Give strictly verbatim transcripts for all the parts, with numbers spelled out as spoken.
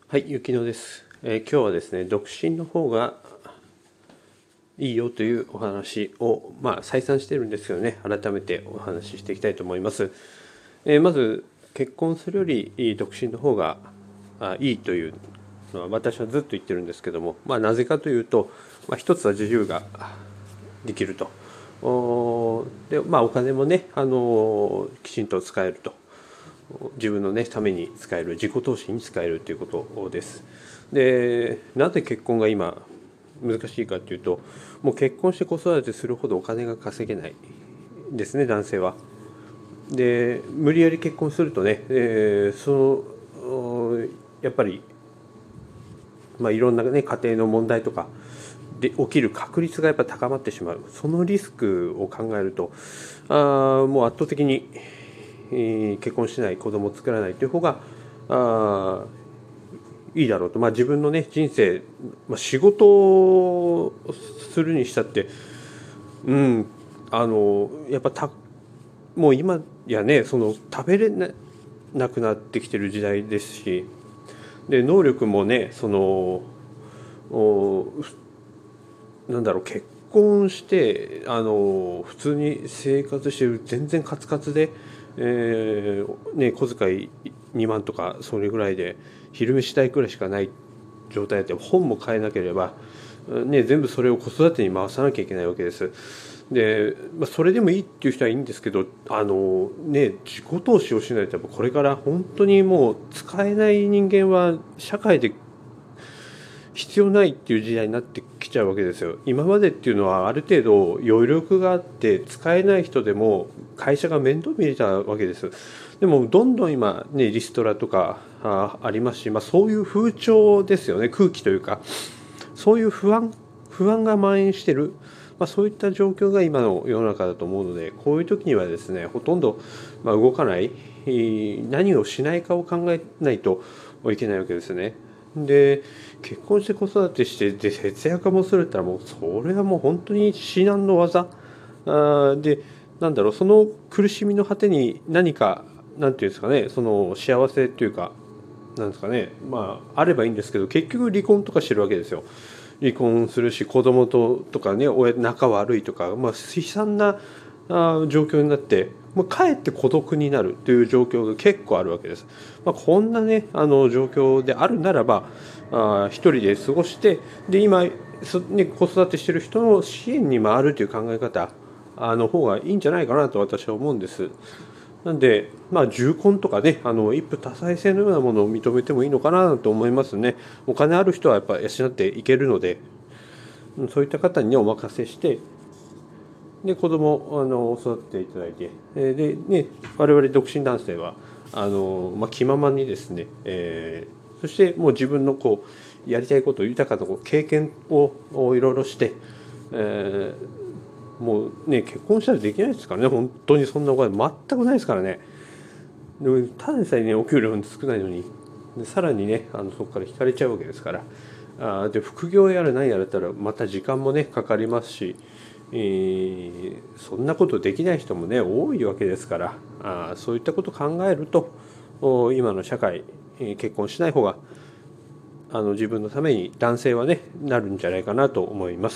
はい、ゆきのです、えー今日はですね、独身の方がいいよというお話を、まあ、再三してるんですけどね、改めてお話ししていきたいと思います。えーまず、結婚するよりいい独身の方があいいというのは私はずっと言ってるんですけども、まあ、なぜかというと、まあ、一つは自由ができると。おで、まあ、お金もね、あのきちんと使えると。自分のねために使える、自己投資に使えるということです。で、なぜ結婚が今難しいかというと、もう結婚して子育てするほどお金が稼げないですね、男性は。で、無理やり結婚するとね、えーそのやっぱり、まあ、いろんなね家庭の問題とかで起きる確率がやっぱ高まってしまう。そのリスクを考えると、あもう圧倒的に、えー結婚しない、子供を作らないという方があいいだろうと。まあ、自分のね人生、まあ、仕事をするにしたって、うんあのやっぱたもう今やね、その食べれななくなってきてる時代ですし、で能力もね、そのおなんだろう、結婚してあの普通に生活してる、全然カツカツで、えーね、小遣いにまんとかそれぐらいで昼飯代くらいしかない状態で、本も買えなければ、ね、全部それを子育てに回さなきゃいけないわけです。で、まあ、それでもいいっていう人はいいんですけど、あのね、自己投資をしないとやっぱこれから本当にもう使えない人間は社会で必要ないっていう時代になってきちゃうわけですよ。今までっていうのはある程度余力があって使えない人でも会社が面倒見れたわけです。でもどんどん今ねリストラとか あ, ありますし、まあ、そういう風潮ですよね、空気というか、そういう不安不安が蔓延してる、まあ、そういった状況が今の世の中だと思うので、こういう時にはですね、ほとんどまあ動かない、何をしないかを考えないといけないわけですね。で、結婚して子育てしてで節約もするって言ったら、もうそれはもう本当に至難の技あで、なんだろう、その苦しみの果てに何か、なんていうんですかね、その幸せというか、なんですかね、まああればいいんですけど、結局離婚とかしてるわけですよ。離婚するし、子供ととかね、親仲悪いとか、まあ、悲惨なあ状況になって、もうかえって孤独になるという状況が結構あるわけです。まあ、こんなねあの状況であるならば、あ一人で過ごして、で今そ、ね、子育てしてる人の支援に回るという考え方あの方がいいんじゃないかなと私は思うんです。なんで、まあ、重婚とかね、あの一夫多妻制のようなものを認めてもいいのかなと思いますね。お金ある人はやっぱ養っていけるので、そういった方に、ね、お任せして、で子供をあの育てていただいて、でね、我々独身男性はあの、まあ、気ままにですね、えー、そしてもう自分のこうやりたいこと、豊かなこう経験をいろいろして、えー、もうね、結婚したらできないですからね、本当にそんなお金全くないですからね。でもただでさえねお給料少ないのに、でさらにねあのそこから引かれちゃうわけですから、あで副業やら何やらったらまた時間もねかかりますし、えーそんなことできない人もね多いわけですから、あそういったことを考えると、今の社会、結婚しない方があの自分のために男性はねなるんじゃないかなと思います。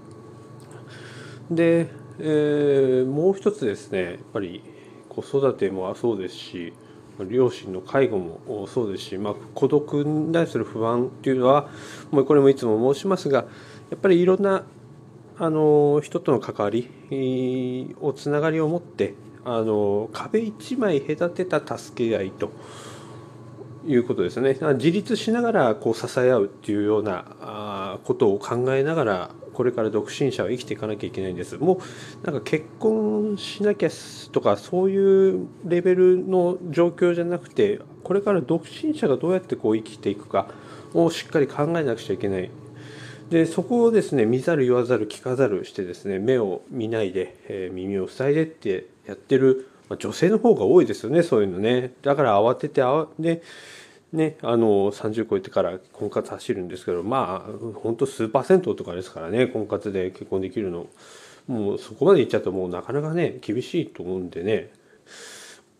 で、えーもう一つですね、やっぱり子育てもそうですし、両親の介護もそうですし、まあ、孤独に対する不安っていうのは、もうこれもいつも申しますが、やっぱりいろんなあの人との関わりをつながりを持って、あの壁一枚隔てた助け合いということですね。自立しながらこう支え合うっていうようなことを考えながら、これから独身者は生きていかなきゃいけないんです。もうなんか結婚しなきゃとかそういうレベルの状況じゃなくて、これから独身者がどうやってこう生きていくかをしっかり考えなくちゃいけない。でそこをですね、見ざる言わざる聞かざるしてですね、目を見ないで、えー耳を塞いでってやってる、まあ、女性の方が多いですよね、そういうのね。だから慌ててあわでね、あのさんじゅう超えてから婚活走るんですけど、まあ本当数パーセントとかですからね、婚活で結婚できるの。もうそこまでいっちゃうともうなかなかね厳しいと思うんでね、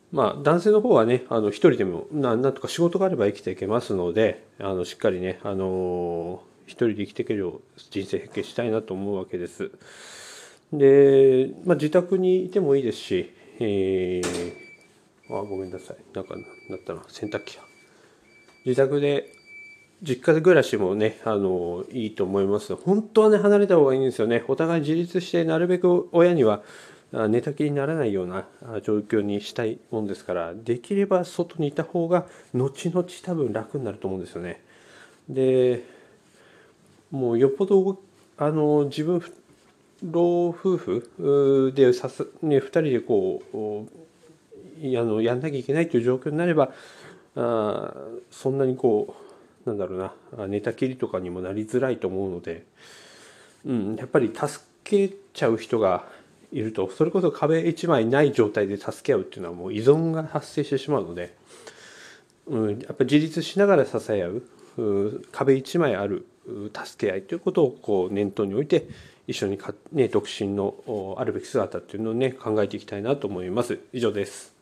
まあ男性の方はね、あの一人でもななんとか仕事があれば生きていけますので、あのしっかりね、あの一人で生きていけるよう人生設計したいなと思うわけです。で、まあ、自宅にいてもいいですし、えー、あ、ごめんなさい。なんか、なったな、洗濯機や。自宅で、実家で暮らしもね、あの、いいと思います。本当はね、離れた方がいいんですよね。お互い自立して、なるべく親にはあ寝たきりにならないようなあ状況にしたいもんですから、できれば外にいた方が、後々多分楽になると思うんですよね。で、もうよっぽど、あの、自分、老夫婦でさす、ね、ふたりでこうあのやんなきゃいけないという状況になれば、あそんなにこうなんだろうな、寝たきりとかにもなりづらいと思うので、うん、やっぱり助けちゃう人がいると、それこそ壁一枚ない状態で助け合うっていうのはもう依存が発生してしまうので、うん、やっぱり自立しながら支え合う、う壁一枚ある助け合いということをこう念頭に置いて、一緒にか、ね、独身のあるべき姿っていうのをね考えていきたいなと思います。以上です。